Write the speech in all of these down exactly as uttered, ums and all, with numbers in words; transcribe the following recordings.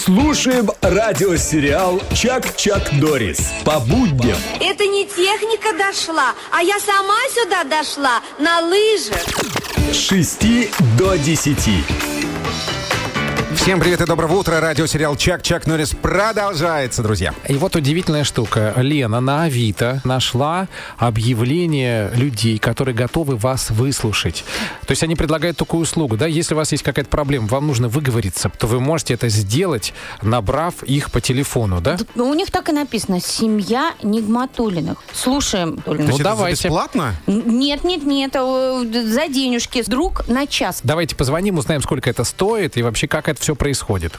Слушаем радиосериал «Чак-Чак Норрис» по будням. Это не техника дошла, а я сама сюда дошла на лыжах. С шести до десяти. Всем привет и доброго утра. Радиосериал «Чак-Чак Норрис» продолжается, друзья. И вот удивительная штука. Лена на Авито нашла объявление людей, которые готовы вас выслушать. То есть они предлагают такую услугу, да? Если у вас есть какая-то проблема, вам нужно выговориться, то вы можете это сделать, набрав их по телефону, да? У них так и написано: «Семья Нигматуллиных». Слушаем. То есть Ну, это давайте. бесплатно? Нет, нет, нет, э, за денежки. Друг на час. Давайте позвоним, узнаем, сколько это стоит и вообще, как это все происходит.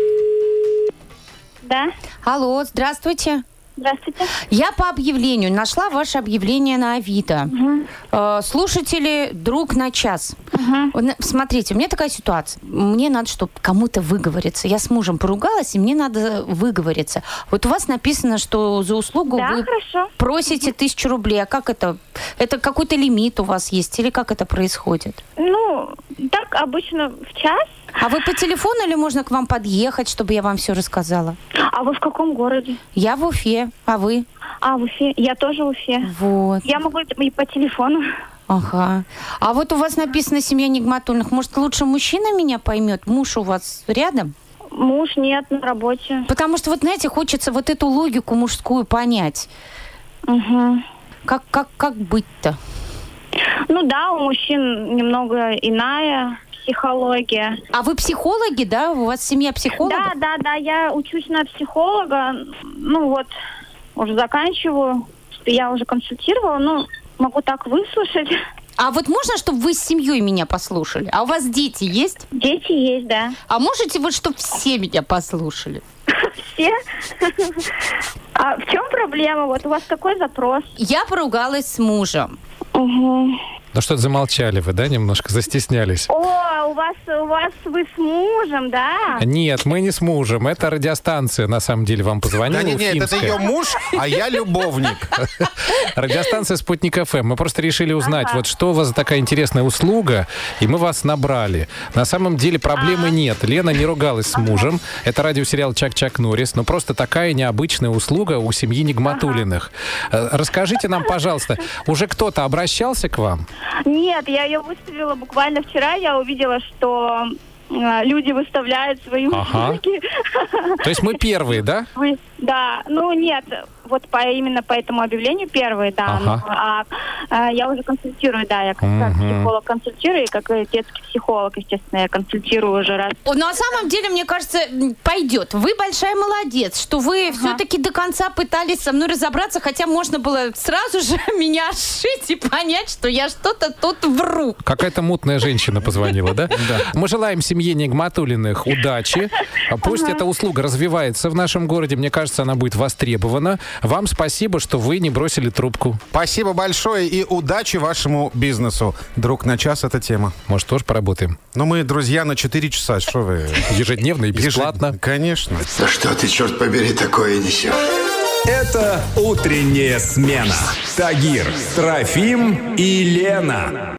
Да, Алло, здравствуйте. здравствуйте. Я по объявлению нашла ваше объявление на Авито. Э, слушатели «Друг на час». Вот, на- Смотрите, у меня такая ситуация. Мне надо, чтобы кому-то выговориться. Я с мужем поругалась, и мне надо выговориться. Вот у вас написано, что за услугу Да, вы хорошо. просите тысячу рублей. А как это? Это какой-то лимит у вас есть? Или как это происходит? Ну, так обычно в час. А вы по телефону или можно к вам подъехать, чтобы я вам все рассказала? А вы в каком городе? Я в Уфе, а вы? А, в Уфе. Я тоже в Уфе. Вот. Я могу и по телефону. Ага. А вот у вас написано «Семья Нигматуллиных». Может, лучше мужчина меня поймет? Муж у вас рядом? Муж нет, на работе. Потому что, вот знаете, хочется вот эту логику мужскую понять. Угу. Как, как, как быть-то? Ну да, у мужчин немного иная психология. А вы психологи, да? У вас семья психологов? Да, да, да, я учусь на психолога. Ну вот, уже заканчиваю. Я уже консультировала, ну, могу так выслушать. А вот можно, чтобы вы с семьей меня послушали? А у вас дети есть? Дети есть, да. А можете вот, чтобы все меня послушали? Все? А в чем проблема? Вот у вас такой запрос. Я поругалась с мужем. Угу. Ну что-то замолчали вы, да? Немножко застеснялись. О, у вас, у вас вы с мужем, да? Нет, мы не с мужем. Это радиостанция, на самом деле, вам позвонила. Да нет, нет, это уфимская. ее муж, а я любовник. Радиостанция «Спутник эф эм». Мы просто решили узнать, Ага. вот что у вас за такая интересная услуга, и мы вас набрали. На самом деле проблемы нет. Лена не ругалась с мужем. Это радиосериал «Чак-Чак Норрис», но просто такая необычная услуга у семьи Нигматуллиных. Э, Расскажите нам, пожалуйста, уже кто-то обращался к вам? Нет, я ее выставила буквально вчера. Я увидела, что э, люди выставляют свои Ага. услуги. То есть мы первые, да? Вы- Да, ну нет, вот по, именно по этому объявлению первые, да. Ага. Ну, а, а, я уже консультирую, да, я как, как Мгм. психолог консультирую, и как э, детский психолог, естественно, я консультирую уже раз. О, на самом деле, мне кажется, м, пойдет. Вы большая молодец, что вы все-таки до конца пытались со мной разобраться, хотя можно было сразу же меня сшить и понять, что я что-то тут вру. Какая-то мутная женщина позвонила, да? Да. Мы желаем семье Нигматуллиных удачи. А Пусть эта услуга развивается в нашем городе. Мне кажется, она будет востребована. Вам спасибо, что вы не бросили трубку. Спасибо большое и удачи вашему бизнесу. Друг на час — это тема. Может, тоже поработаем? Но мы друзья на четыре часа. Что вы? Ежедневно и бесплатно. Ежед- Конечно. Да что ты, черт побери, такое несешь? Это «Утренняя смена». Тагир, Трофим и Лена.